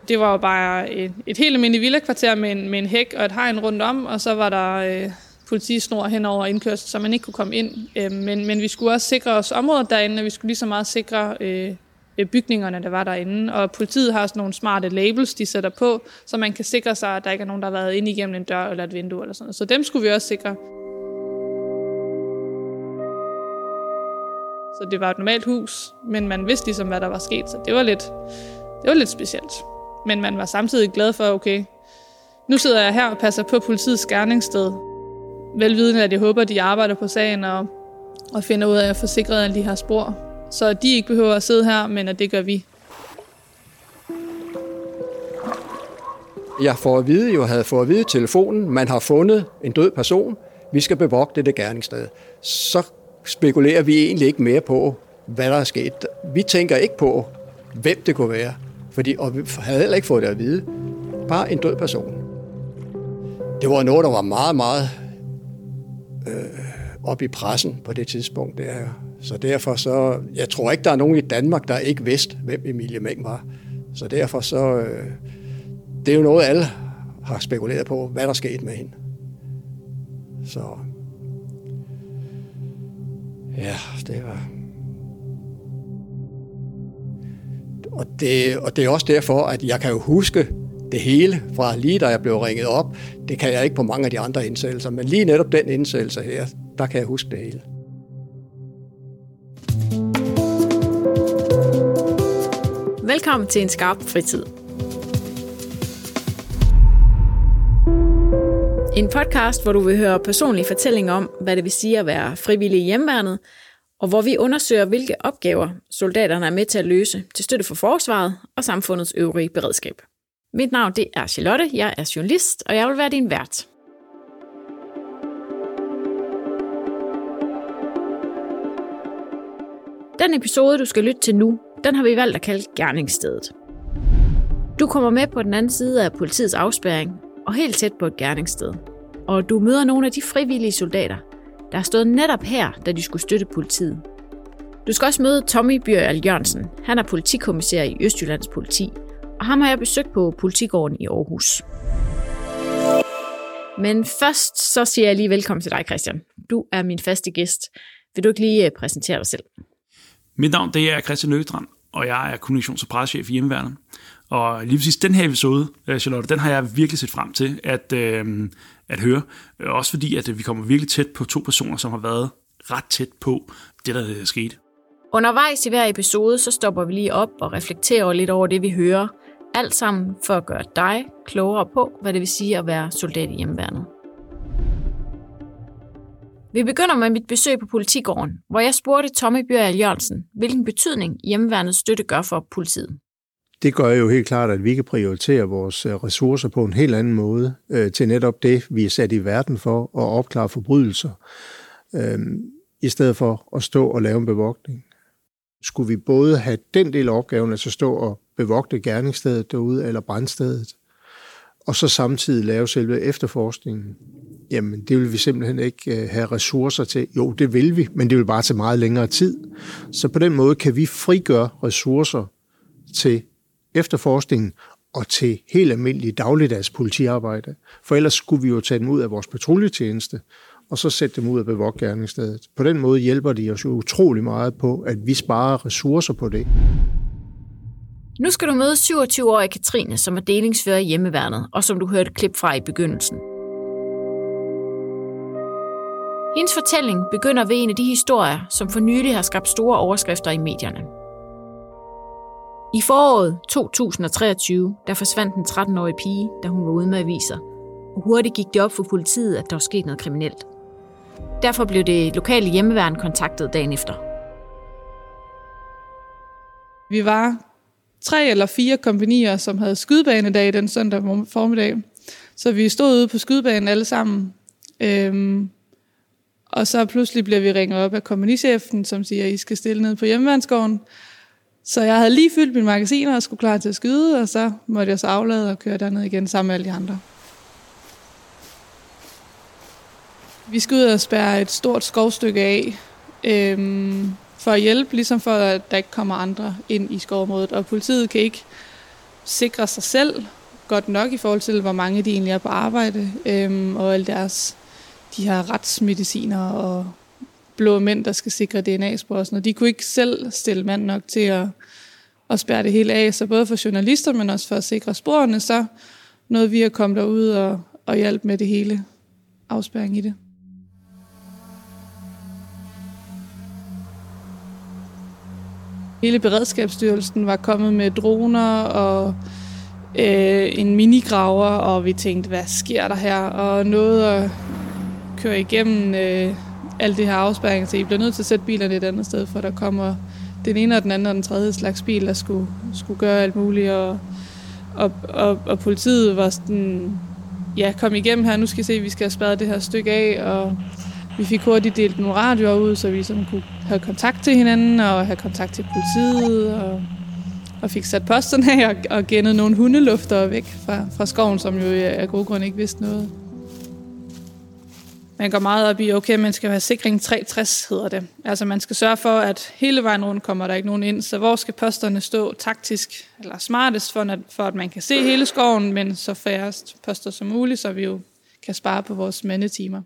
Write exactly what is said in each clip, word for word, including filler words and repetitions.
Det var jo bare et, et helt almindeligt villakvarter med en, med en hæk og et hegn rundt om, og så var der øh, politisnor hen over indkørsel, så man ikke kunne komme ind. Øh, men, men vi skulle også sikre os området derinde, og vi skulle lige så meget sikre øh, bygningerne, der var derinde. Og politiet har sådan nogle smarte labels, de sætter på, så man kan sikre sig, at der ikke er nogen, der har været inde igennem en dør eller et vindue eller sådan noget. Så dem skulle vi også sikre. Så det var et normalt hus, men man vidste ligesom, hvad der var sket, så det var lidt, det var lidt specielt. Men man var samtidig glad for, okay, nu sidder jeg her og passer på politiets gerningssted. Velvidende, at jeg håber, at de arbejder på sagen og, og finder ud af at få sikret alle de her spor. Så de ikke behøver at sidde her, men at det gør vi. Jeg får at vide, jo havde fået at vide i telefonen, man har fundet en død person, vi skal bevogte det gerningssted. Så spekulerer vi egentlig ikke mere på, hvad der er sket. Vi tænker ikke på, hvem det kunne være, fordi, og vi havde heller ikke fået det at vide. Bare en død person. Det var noget, der var meget, meget øh, op i pressen på det tidspunkt. Der. Så derfor så, jeg tror ikke, der er nogen i Danmark, der ikke vidste, hvem Emilie Meng var. Så derfor så, øh, det er jo noget, alle har spekuleret på, hvad der skete med hende. Så ja, det var... Og det, og det er også derfor, at jeg kan jo huske det hele fra lige da jeg blev ringet op. Det kan jeg ikke på mange af de andre indsættelser, men lige netop den indsættelse her, der kan jeg huske det hele. Velkommen til En Skarp Fritid. En podcast, hvor du vil høre personlige fortællinger om, hvad det vil sige at være frivillig i hjemmeværnet, og hvor vi undersøger, hvilke opgaver soldaterne er med til at løse til støtte for forsvaret og samfundets øvrige beredskab. Mit navn det er Charlotte, jeg er journalist, og jeg vil være din vært. Den episode, du skal lytte til nu, den har vi valgt at kalde Gerningsstedet. Du kommer med på den anden side af politiets afspærring, og helt tæt på et gerningssted. Og du møder nogle af de frivillige soldater, der har stået netop her, da de skulle støtte politiet. Du skal også møde Tommy Bjørl Jørgensen. Han er politikommissær i Østjyllands politi, og ham har jeg besøgt på Politigården i Aarhus. Men først så siger jeg lige velkommen til dig, Christian. Du er min faste gæst. Vil du ikke lige præsentere dig selv? Mit navn det er Christian Løgstrand, og jeg er kommunikations- og pressechef i hjemmeværnet. Og lige præcis den her episode, Charlotte, den har jeg virkelig set frem til at, øh, at høre. Også fordi, at vi kommer virkelig tæt på to personer, som har været ret tæt på det, der er sket. Undervejs i hver episode, så stopper vi lige op og reflekterer lidt over det, vi hører. Alt sammen for at gøre dig klogere på, hvad det vil sige at være soldat i hjemmeværnet. Vi begynder med mit besøg på Politigården, hvor jeg spurgte Tommy Bjørl Jørgensen, hvilken betydning hjemmeværnets støtte gør for politiet. Det gør jo helt klart, at vi kan prioritere vores ressourcer på en helt anden måde øh, til netop det, vi er sat i verden for at opklare forbrydelser, øh, i stedet for at stå og lave en bevogtning. Skulle vi både have den del af opgaven, altså stå og bevogte gerningsstedet derude eller brandstedet, og så samtidig lave selve efterforskningen, jamen det vil vi simpelthen ikke have ressourcer til. Jo, det vil vi, men det vil bare tage meget længere tid. Så på den måde kan vi frigøre ressourcer til efterforskningen og til helt almindelig dagligdags politiarbejde. For ellers skulle vi jo tage dem ud af vores patruljetjeneste, og så sætte dem ud af bevogtgerningsstedet. På den måde hjælper de os jo utrolig meget på, at vi sparer ressourcer på det. Nu skal du møde syvogtyve-årige Katrine, som er delingsfører i hjemmeværnet, og som du hørte klip fra i begyndelsen. Hendes fortælling begynder ved en af de historier, som for nylig har skabt store overskrifter i medierne. I foråret to tusind og treogtyve, der forsvandt en tretten-årig pige, da hun var ude med aviser. Og hurtigt gik det op for politiet, at der var sket noget kriminelt. Derfor blev det lokale hjemmeværn kontaktet dagen efter. Vi var tre eller fire kompagnier, som havde skydebanedag den søndag formiddag. Så vi stod ude på skydebanen alle sammen. Øhm, og så pludselig bliver vi ringet op af kompagnichefen, som siger, at I skal stille ned på hjemmeværnsgården. Så jeg havde lige fyldt mine magasiner og skulle klar til at skyde, og så måtte jeg så aflade og køre derned igen sammen med alle de andre. Vi skal ud og spærre et stort skovstykke af, øhm, for at hjælpe, ligesom for at der ikke kommer andre ind i skovområdet. Og politiet kan ikke sikre sig selv godt nok i forhold til, hvor mange de egentlig er på arbejde, øhm, og alle deres de her retsmediciner og blå mænd, der skal sikre D N A-spor og sådan noget. De kunne ikke selv stille mand nok til at, at spærre det hele af, så både for journalister, men også for at sikre sporene, så nåede vi at komme derud og, og hjælpe med det hele afspærring i det. Hele Beredskabsstyrelsen var kommet med droner og øh, en minigraver, og vi tænkte, hvad sker der her? Og nåede at køre igennem øh, alt det her afspærring, så I bliver nødt til at sætte bilerne et andet sted, for der kommer den ene og den anden og den tredje slags bil, der skulle, skulle gøre alt muligt, og, og, og, og politiet var sådan, ja, kom igennem her, nu skal I se, vi skal have spærret det her stykke af, og vi fik hurtigt delt nogle radioer ud, så vi sådan kunne have kontakt til hinanden og have kontakt til politiet, og, og fik sat posterne af og, og gennet nogle hundelufter væk fra, fra skoven, som jo af gode grunde ikke vidste noget. Man går meget op i, okay, man skal have sikring tre tres, hedder det. Altså man skal sørge for, at hele vejen rundt kommer der ikke nogen ind, så hvor skal posterne stå taktisk eller smartest, for at, for at man kan se hele skoven, men så færrest poster som muligt, så vi jo kan spare på vores mandetimer.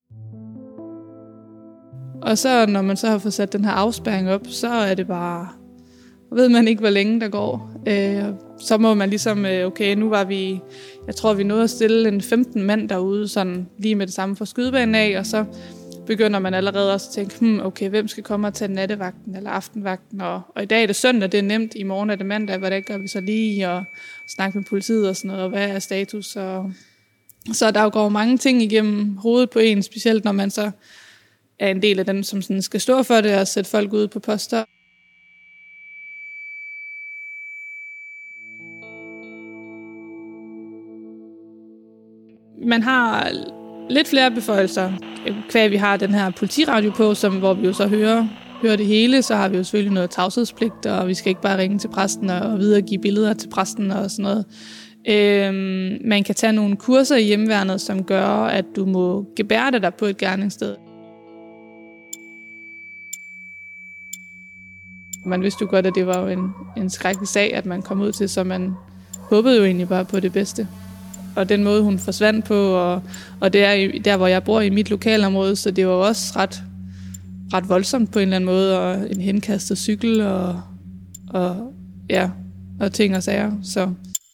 Og så når man så har fået sat den her afspærring op, så er det bare, ved man ikke, hvor længe der går. Øh, så må man ligesom, okay, nu var vi, jeg tror, vi nåede at stille en femten mand derude, sådan lige med det samme for skydebanen af, og så begynder man allerede også at tænke, hmm, okay, hvem skal komme og tage nattevagten eller aftenvagten, og, og i dag er det søndag, det er nemt, i morgen er det mandag, hvordan gør vi så lige, og snakke med politiet og sådan noget, og hvad er status, og så der går mange ting igennem hovedet på en, specielt når man så er en del af dem, som sådan skal stå for det og sætte folk ud på poster. Man har lidt flere beføjelser, hver vi har den her politiradio på, som, hvor vi jo så hører, hører det hele, så har vi jo selvfølgelig noget tavshedspligt, og vi skal ikke bare ringe til præsten og videregive billeder til præsten og sådan noget. Øhm, man kan tage nogle kurser i hjemmeværnet, som gør, at du må gebærde dig på et gerningssted. Man vidste jo godt, at det var jo en, en skrækkelig sag, at man kom ud til, så man håbede jo egentlig bare på det bedste. Og den måde, hun forsvandt på, og, og det er der, hvor jeg bor i mit lokalområde, så det var jo også ret, ret voldsomt på en eller anden måde, og en henkastet cykel, og, og, ja, og ting og sager. Så.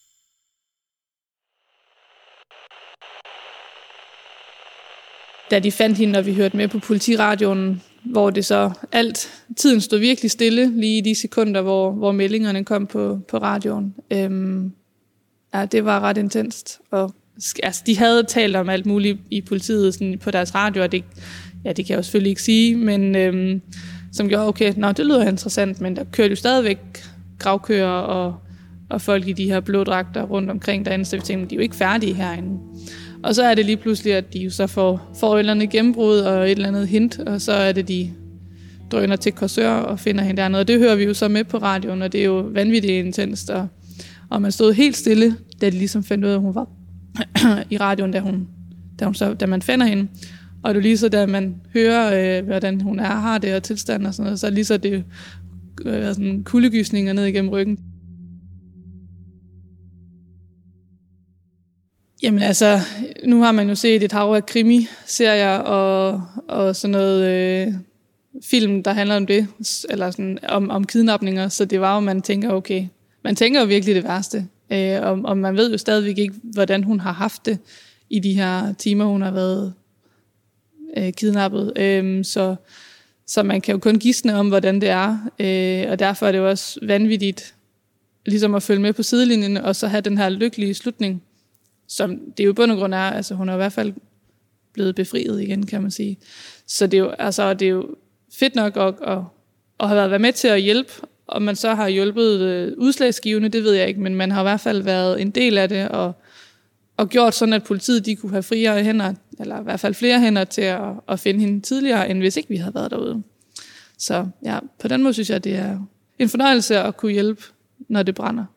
Da de fandt hende, og vi hørte med på politiradioen, hvor det så alt, tiden stod virkelig stille, lige i de sekunder, hvor, hvor meldingerne kom på, på radioen. Øhm, ja, det var ret intenst. Og, altså, de havde talt om alt muligt i politiet sådan, på deres radio, og det, ja, det kan jeg jo selvfølgelig ikke sige, men øhm, som gjorde, okay, nå, det lyder interessant, men der kørte jo stadigvæk gravkører og, og folk i de her blå dragter rundt omkring derinde, så vi tænkte, de er jo ikke færdige herinde. Og så er det lige pludselig, at de jo så får, får et eller andet gennembrud og et eller andet hint, og så er det, de drøner til Korsør og finder hende dernede. Og det hører vi jo så med på radioen, og det er jo vanvittigt intenst. Og, og man stod helt stille, da de ligesom fandt ud af, at hun var i radioen, da, hun, da, hun så, da man finder hende. Og det er lige så, da man hører, øh, hvordan hun er, har det og tilstand og sådan noget, så lige så det øh, sådan kuldegysninger ned igennem ryggen. Jamen altså, nu har man jo set et hav af krimiserier og, og sådan noget øh, film, der handler om det, eller sådan om, om kidnapninger, så det var jo, man tænker, okay, man tænker jo virkelig det værste, øh, og, og man ved jo stadigvæk ikke, hvordan hun har haft det i de her timer, hun har været øh, kidnappet, øh, så, så man kan jo kun gisne om, hvordan det er, øh, og derfor er det jo også vanvittigt, ligesom at følge med på sidelinjen, og så have den her lykkelige slutning, som det jo i bund og grund er, altså hun er i hvert fald blevet befriet igen, kan man sige. Så det er jo, altså, det er jo fedt nok at, at, at have været med til at hjælpe, og man så har hjulpet øh, udslagsgivende, det ved jeg ikke, men man har i hvert fald været en del af det, og, og gjort sådan, at politiet de kunne have friere hænder, eller i hvert fald flere hænder til at, at finde hende tidligere, end hvis ikke vi havde været derude. Så ja, på den måde synes jeg, det er en fornøjelse at kunne hjælpe, når det brænder.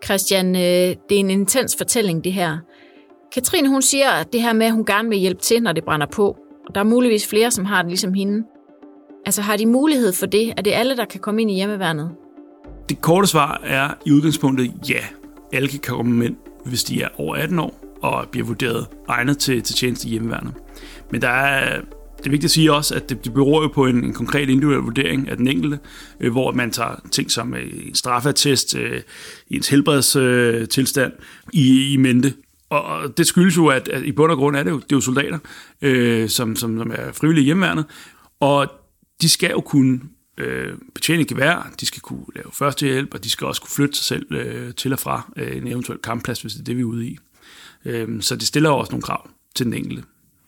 Christian, det er en intens fortælling, det her. Katrine, hun siger, at det her med, at hun gerne vil hjælpe til, når det brænder på. Og der er muligvis flere, som har det ligesom hende. Altså, har de mulighed for det? Er det alle, der kan komme ind i hjemmeværnet? Det korte svar er i udgangspunktet ja. Alle kan komme ind, hvis de er over atten år og bliver vurderet egnet til, til tjeneste i hjemmeværnet. Men der er, det er vigtigt at sige også, at det, det beror jo på en, en konkret individuel vurdering af den enkelte, øh, hvor man tager ting som øh, en straffeattest, øh, ens helbredstilstand øh, i, i mente. Og det skyldes jo, at, at i bund og grund er det jo, det er jo soldater, øh, som, som, som er frivillige i hjemmeværnet, og de skal jo kunne øh, betjene et gevær, de skal kunne lave førstehjælp, og de skal også kunne flytte sig selv øh, til og fra øh, en eventuel kampplads, hvis det er det, vi er ude i. Øh, så det stiller jo også nogle krav til den enkelte.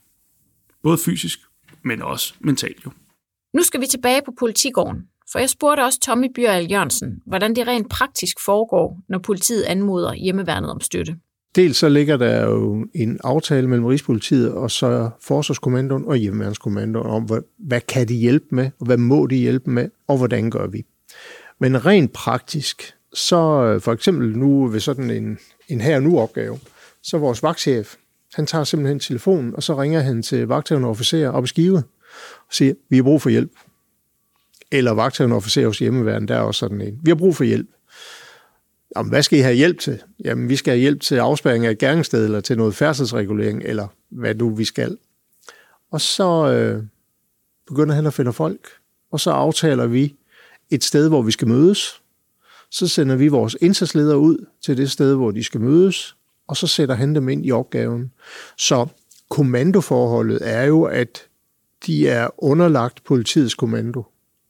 Både fysisk, men også mentalt jo. Nu skal vi tilbage på politigården, for jeg spurgte også Tommy Bjørl Jørgensen, hvordan det rent praktisk foregår, når politiet anmoder hjemmeværnet om støtte. Dels så ligger der jo en aftale mellem Rigspolitiet og så Forsvarskommandoen og Hjemmeværnskommandoen om, hvad, hvad kan de hjælpe med, og hvad må de hjælpe med, og hvordan gør vi. Men rent praktisk, så for eksempel nu ved sådan en, en her nu opgave, så vores vagtchef, han tager simpelthen telefonen, og så ringer han til vagthavende officerer op i Skive og siger, vi har brug for hjælp. Eller vagthavende officerer hos hjemmeværnet, der er også sådan en, vi har brug for hjælp. Jamen, hvad skal I have hjælp til? Jamen, vi skal have hjælp til afspærring af et gerningssted, eller til noget færdselsregulering, eller hvad nu vi skal. Og så øh, begynder han at finde folk, og så aftaler vi et sted, hvor vi skal mødes. Så sender vi vores indsatsledere ud til det sted, hvor de skal mødes, og så sætter han dem ind i opgaven. Så kommandoforholdet er jo, at de er underlagt politiets kommando,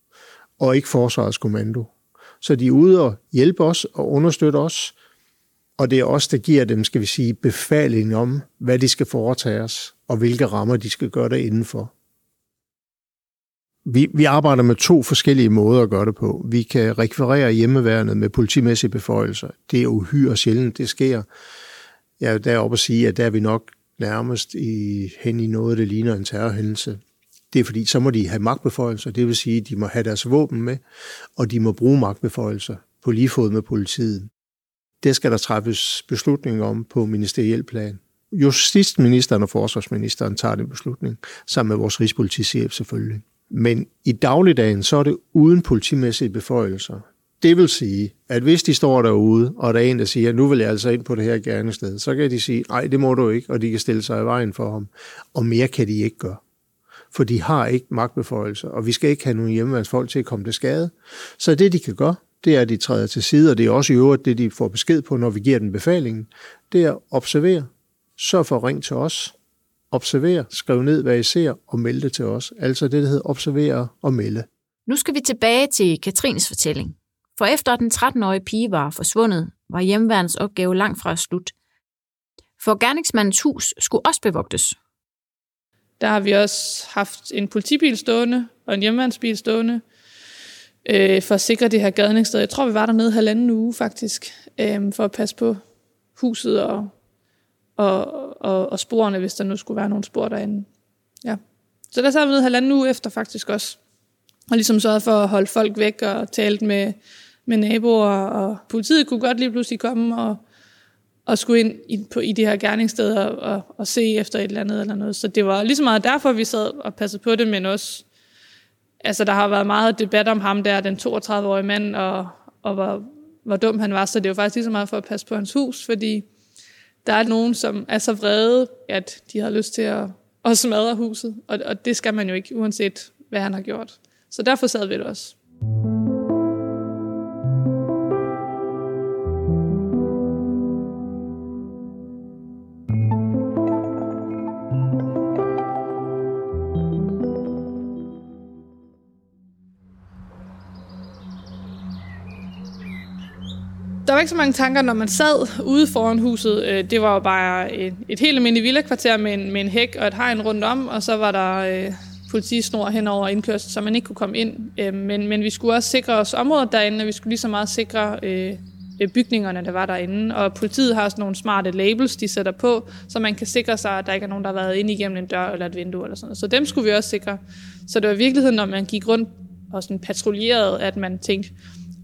og ikke forsvarets kommando. Så de er ude og hjælpe os og understøtte os, og det er os, der giver dem, skal vi sige, befaling om, hvad de skal foretage os, og hvilke rammer de skal gøre det indenfor. Vi, vi arbejder med to forskellige måder at gøre det på. Vi kan rekvirere hjemmeværnet med politimæssige beføjelser. Det er uhyre sjældent, det sker. Jeg er deroppe at sige, at der er vi nok nærmest i, hen i noget, der ligner en terrorhændelse. Det er fordi, så må de have magtbeføjelser, det vil sige, at de må have deres våben med, og de må bruge magtbeføjelser på lige fod med politiet. Det skal der træffes beslutning om på ministeriel plan. Justitsministeren og forsvarsministeren tager den beslutning, sammen med vores rigspolitichef selvfølgelig. Men i dagligdagen, så er det uden politimæssige beføjelser. Det vil sige, at hvis de står derude, og der er en, der siger, nu vil jeg altså ind på det her gerningssted, så kan de sige, nej, det må du ikke, og de kan stille sig i vejen for ham. Og mere kan de ikke gøre. For de har ikke magtbeføjelser, og vi skal ikke have nogen hjemmeværnsfolk til at komme til skade. Så det, de kan gøre, det er, at de træder til side, og det er også i øvrigt det, de får besked på, når vi giver den befalingen. Det er at observere, sørg for at ringe til os, observere, skriv ned, hvad I ser, og melde det til os. Altså det, der hedder observere og melde. Nu skal vi tilbage til Katrines fortælling. For efter den tretten-årige pige var forsvundet, var hjemmeværnets opgave langt fra slut. For gerningsmandens hus skulle også bevogtes. Der har vi også haft en politibil stående og en hjemmeværnsbil stående øh, for at sikre det her gerningssted. Jeg tror, vi var dernede halvanden uge faktisk, øh, for at passe på huset og, og, og, og sporene, hvis der nu skulle være nogle spor derinde. Ja. Så der sad vi nede halvanden uge efter faktisk også. Og ligesom sørget for at holde folk væk og talt med, med naboer. Og politiet kunne godt lige pludselig komme og, og skulle ind i, på, i de her gerningssteder og, og, og se efter et eller andet eller noget. Så det var lige så meget derfor, vi sad og passede på det, men også, altså der har været meget debat om ham der, den toogtredive-årige mand, og, og hvor, hvor dum han var. Så det var faktisk lige så meget for at passe på hans hus, fordi der er nogen, som er så vrede, at de har lyst til at, at smadre huset. Og, og det skal man jo ikke, uanset hvad han har gjort. Så derfor sad vi det også. Der var ikke så mange tanker, når man sad ude foran huset. Det var jo bare et, et helt almindeligt villakvarter med en, med en hæk og et hegn rundt om, og så var der øh, politisnor hen over indkørsel, så man ikke kunne komme ind. Øh, men, men vi skulle også sikre os området derinde, og vi skulle lige så meget sikre øh, bygningerne, der var derinde. Og politiet har også nogle smarte labels, de sætter på, så man kan sikre sig, at der ikke er nogen, der har været inde igennem en dør eller et vindue eller sådan noget. Så dem skulle vi også sikre. Så det var i virkeligheden, når man gik rundt og sådan patruljerede, at man tænkte,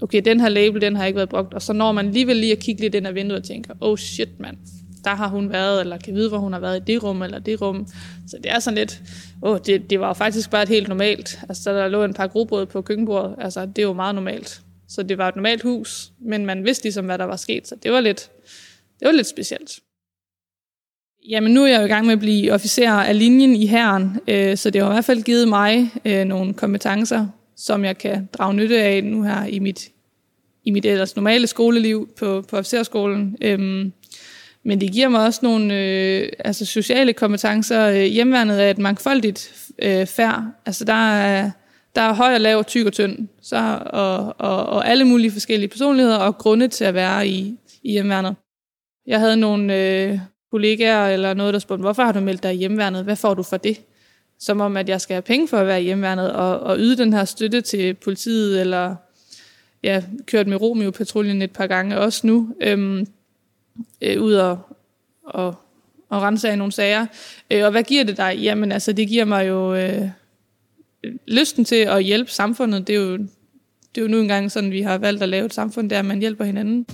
okay, den her label, den har ikke været brugt, og så når man alligevel lige at kigge lidt ind ad vinduet og tænker, oh shit mand, der har hun været, eller kan vide, hvor hun har været i det rum, eller det rum. Så det er sådan lidt, åh, det, det var jo faktisk bare et helt normalt. Altså, der lå en par grobrød på køkkenbordet, altså, det er jo meget normalt. Så det var et normalt hus, men man vidste ligesom, hvad der var sket, så det var lidt, det var lidt specielt. Jamen, nu er jeg jo i gang med at blive officer af linjen i hæren, øh, så det har i hvert fald givet mig øh, nogle kompetencer, som jeg kan drage nytte af nu her i mit, i mit ellers normale skoleliv på, på officerskolen. Øhm, men det giver mig også nogle øh, altså sociale kompetencer. Hjemmeværnet er et mangfoldigt øh, færd. Altså, der er, der er høj og lav, tyk og tynd, så, og, og, og alle mulige forskellige personligheder og grunde til at være i, i hjemmeværnet. Jeg havde nogle øh, kollegaer eller noget, der spurgte, hvorfor har du meldt dig i hjemmeværnet? Hvad får du for det? Som om, at jeg skal have penge for at være i hjemmeværnet og, og yde den her støtte til politiet, eller ja, kørt med Romeo-patruljen et par gange også nu, øhm, øh, ud og, og, og rense af nogle sager. Øh, og hvad giver det dig? Jamen altså, det giver mig jo øh, lysten til at hjælpe samfundet. Det er jo, det er jo nu engang sådan, vi har valgt at lave et samfund, der man hjælper hinanden.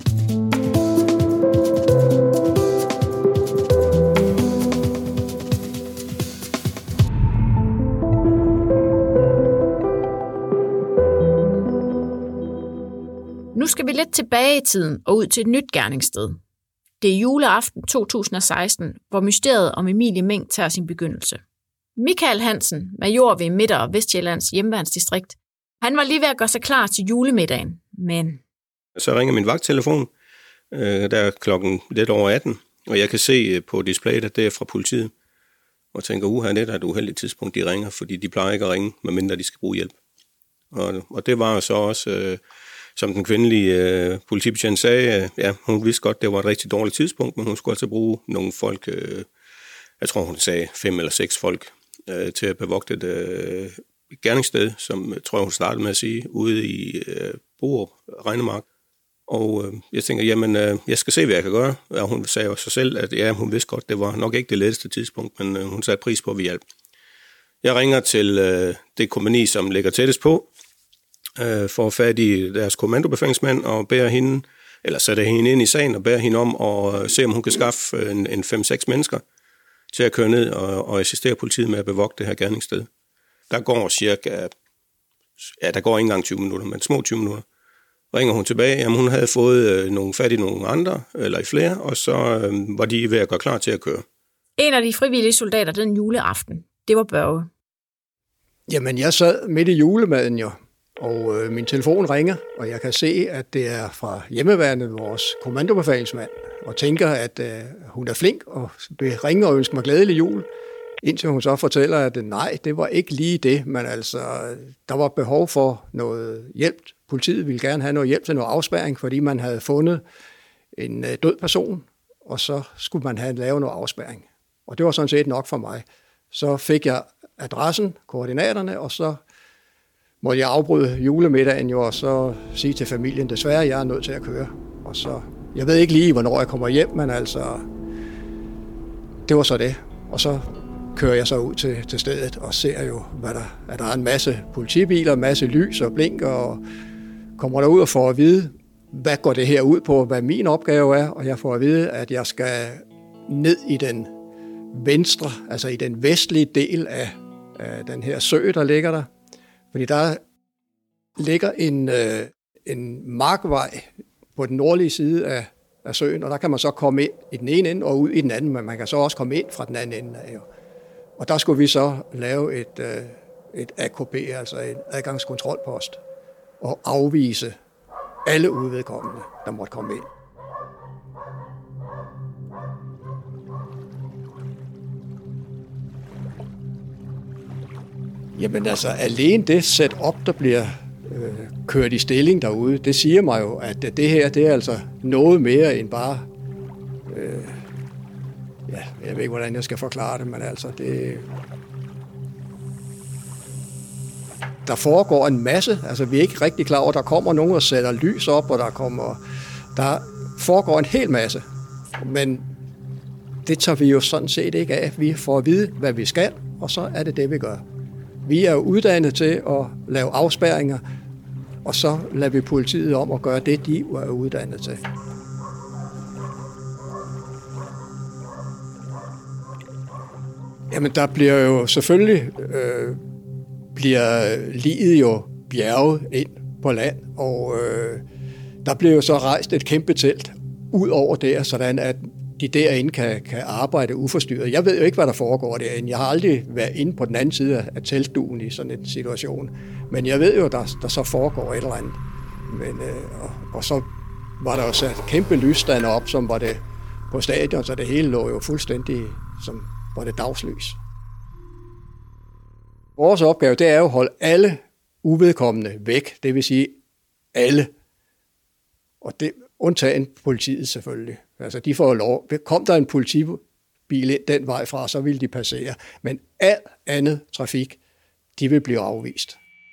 Nu skal vi lidt tilbage i tiden og ud til et nyt gerningssted. Det er juleaften to tusind og seksten, hvor mysteriet om Emilie Meng tager sin begyndelse. Michael Hansen, major ved Midt- og Vestjyllands hjemmeværnsdistrikt, han var lige ved at gøre sig klar til julemiddagen, men... Så ringer min vagttelefon, der er klokken lidt over atten, og jeg kan se på displayet, at det er fra politiet. Og tænker, uha, det er et uheldigt tidspunkt, de ringer, fordi de plejer ikke at ringe, medmindre de skal bruge hjælp. Og, og det var så også... Øh, Som den kvindelige øh, politibetjent sagde, øh, ja, hun vidste godt, det var et rigtig dårligt tidspunkt, men hun skulle altså bruge nogle folk, øh, jeg tror hun sagde fem eller seks folk, øh, til at bevogte et øh, gerningssted, som jeg tror hun startede med at sige, ude i øh, Borup, Regnemark. Og øh, jeg tænker, jamen, øh, jeg skal se, hvad jeg kan gøre. Og hun sagde jo sig selv, at ja, hun vidste godt, det var nok ikke det letteste tidspunkt, men øh, hun satte pris på, at vi hjalp. Jeg ringer til øh, det kompagni, som ligger tættest på, for at fat i deres kommandobefalingsmand og bærer hende, eller sætter hende ind i sagen og bærer hende om og se, om hun kan skaffe en, en fem seks mennesker til at køre ned og, og assistere politiet med at bevogte det her gerningssted. Der går cirka, ja, der går ikke engang tyve minutter, men små tyve minutter. Ringer hun tilbage, jamen hun havde fået nogle fat i nogle andre, eller i flere, og så øh, var de ved at gøre klar til at køre. En af de frivillige soldater den juleaften, det var Børge. Jamen, jeg sad midt i julemaden jo. Og øh, min telefon ringer, og jeg kan se, at det er fra hjemmeværnet, vores kommandobefalingsmand, og tænker, at øh, hun er flink, og vil ringe og ønske mig glædelig jul, indtil hun så fortæller, at nej, det var ikke lige det, men altså, der var behov for noget hjælp. Politiet ville gerne have noget hjælp til noget afspærring, fordi man havde fundet en øh, død person, og så skulle man have lavet noget afspærring. Og det var sådan set nok for mig. Så fik jeg adressen, koordinaterne, og så måtte jeg afbryde julemiddagen jo, og så sige til familien, desværre, jeg er nødt til at køre. Og så, jeg ved ikke lige, hvornår jeg kommer hjem, men altså, det var så det. Og så kører jeg så ud til, til stedet og ser jo, hvad der, at der er en masse politibiler, en masse lys og blink, og kommer derud og får at vide, hvad går det her ud på, hvad min opgave er, og jeg får at vide, at jeg skal ned i den venstre, altså i den vestlige del af, af den her sø, der ligger der. Fordi der ligger en, øh, en markvej på den nordlige side af, af søen, og der kan man så komme ind i den ene ende og ud i den anden, men man kan så også komme ind fra den anden ende af. Og der skulle vi så lave et, øh, et A K P, altså en adgangskontrolpost, og afvise alle udvedkommende, der måtte komme ind. Jamen altså, alene det setup, der bliver øh, kørt i stilling derude, det siger mig jo, at det her, det er altså noget mere end bare, øh, ja, jeg ved ikke, hvordan jeg skal forklare det, men altså, det, der foregår en masse, altså vi er ikke rigtig klar over, der kommer nogen og sætter lys op, og der kommer, der foregår en hel masse, men det tager vi jo sådan set ikke af. Vi får at vide, hvad vi skal, og så er det det, vi gør. Vi er jo uddannet til at lave afspærringer, og så lader vi politiet om at gøre det, de er uddannet til. Jamen, der bliver jo selvfølgelig øh, bliver liget jo bjerget ind på land, og øh, der bliver jo så rejst et kæmpe telt ud over der, sådan at de derinde kan, kan arbejde uforstyrret. Jeg ved jo ikke, hvad der foregår derinde. Jeg har aldrig været inde på den anden side af teltduen i sådan en situation. Men jeg ved jo, der, der så foregår et eller andet. Men, øh, og, og så var der jo sat kæmpe lysstander op, som var det på stadion, så det hele lå jo fuldstændig, som var det dagslys. Vores opgave, det er jo at holde alle uvedkommende væk, det vil sige alle. Og det undtagen politiet selvfølgelig. Altså, de får lov. Kom der en politibil ind den vej fra, så ville de passere. Men alt andet trafik, de vil blive afvist.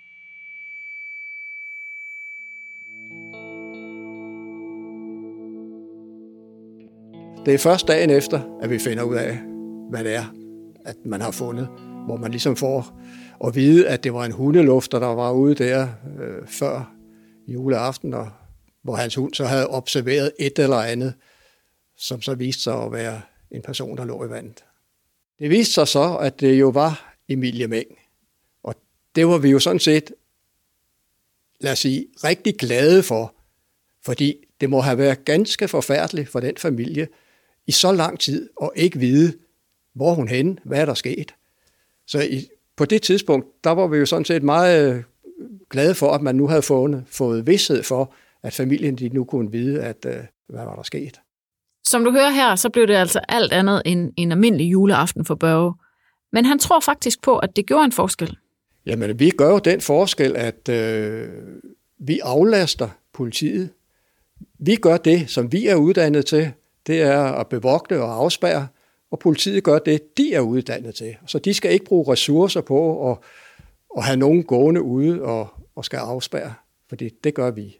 Det er først dagen efter, at vi finder ud af, hvad det er, at man har fundet. Hvor man ligesom får at vide, at det var en hundelufter, der var ude der øh, før juleaften, og hvor hans hund så havde observeret et eller andet, som så viste sig at være en person, der lå i vandet. Det viste sig så, at det jo var Emilie Meng. Og det var vi jo sådan set, lad os sige, rigtig glade for, fordi det må have været ganske forfærdeligt for den familie i så lang tid at ikke vide, hvor hun henne, hvad er der sket. Så i, på det tidspunkt, der var vi jo sådan set meget glade for, at man nu havde fået, fået vished for, at familien de nu kunne vide, at øh, hvad var der sket. Som du hører her, så blev det altså alt andet end en almindelig juleaften for Børge. Men han tror faktisk på, at det gjorde en forskel. Jamen, vi gør jo den forskel, at øh, vi aflaster politiet. Vi gør det, som vi er uddannet til. Det er at bevogte og afspærre, og politiet gør det, de er uddannet til. Så de skal ikke bruge ressourcer på at, at have nogen gående ude og, og skal afspærre, for det, det gør vi.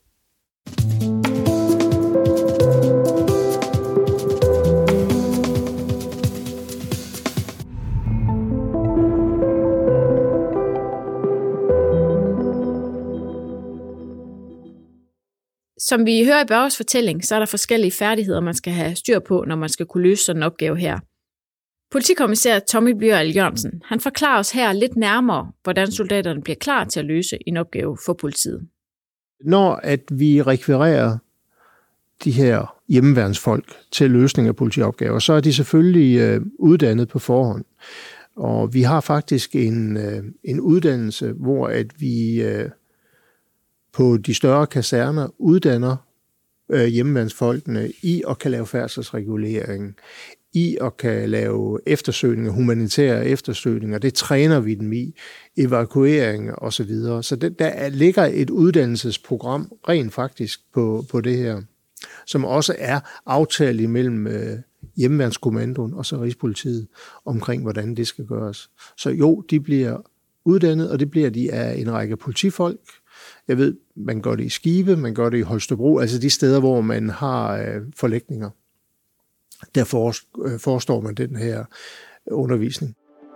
Som vi hører i Børges fortælling, så er der forskellige færdigheder, man skal have styr på, når man skal kunne løse sådan en opgave her. Politikommissær Tommy Bjørl Jørgensen, han forklarer os her lidt nærmere, hvordan soldaterne bliver klar til at løse en opgave for politiet. Når at vi rekvirerer de her hjemmeværnsfolk til løsning af politiopgaver, så er de selvfølgelig øh, uddannet på forhånd. Og vi har faktisk en, øh, en uddannelse, hvor at vi øh, på de større kaserner uddanner øh, hjemmeværnsfolkene i at kan lave færdselsregulering, i at kan lave eftersøgninger, humanitære eftersøgninger. Det træner vi dem i, evakuering og så videre. Så det, der ligger et uddannelsesprogram rent faktisk på, på det her, som også er aftalt imellem øh, hjemmeværnskommandoen og så Rigspolitiet omkring, hvordan det skal gøres. Så jo, de bliver uddannet, og det bliver de af en række politifolk. Jeg ved, man gør det i Skive, man gør det i Holstebro, altså de steder, hvor man har øh, forlægninger. Der forestår man den her undervisning.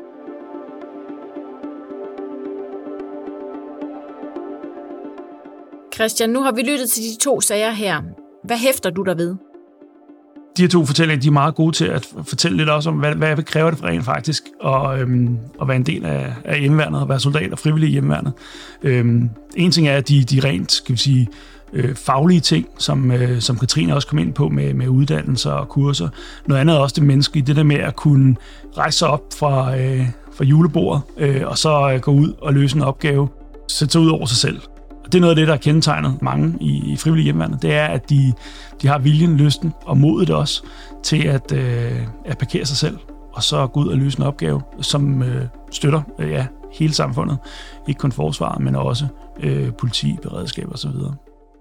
Christian, nu har vi lyttet til de to sager her. Hvad hæfter du der ved? De her to fortællinger, de er meget gode til at fortælle lidt også om, hvad, hvad kræver det for rent faktisk, og, øhm, at være en del af, af hjemmeværnet, og være soldat og frivillig i hjemmeværnet. Øhm, en ting er, at de, de rent, skal vi sige, øh, faglige ting, som, øh, som Katrine også kom ind på med, med uddannelser og kurser. Noget andet er også det menneskelige, det der med at kunne rejse sig op fra, øh, fra julebordet, øh, og så øh, gå ud og løse en opgave, sætte sig ud over sig selv. Det er noget af det, der har kendetegnet mange i, i frivillige hjemmeværnet. Det er, at de, de har viljen, lysten og modet også til at, øh, at parkere sig selv, og så gå ud og løse en opgave, som øh, støtter øh, ja, hele samfundet. Ikke kun forsvaret, men også øh, politi, beredskab og så videre.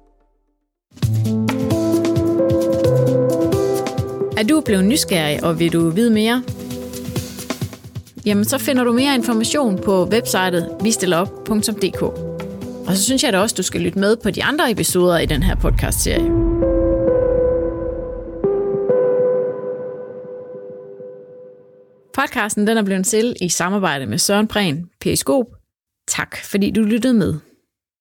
Er du blevet nysgerrig, og vil du vide mere? Jamen, så finder du mere information på websitet vi stiller op punktum d k. Og så synes jeg da også, du skal lytte med på de andre episoder i den her podcast-serie. Podcasten den er blevet til i samarbejde med Søren Prehn, Periskop. Tak fordi du lyttede med.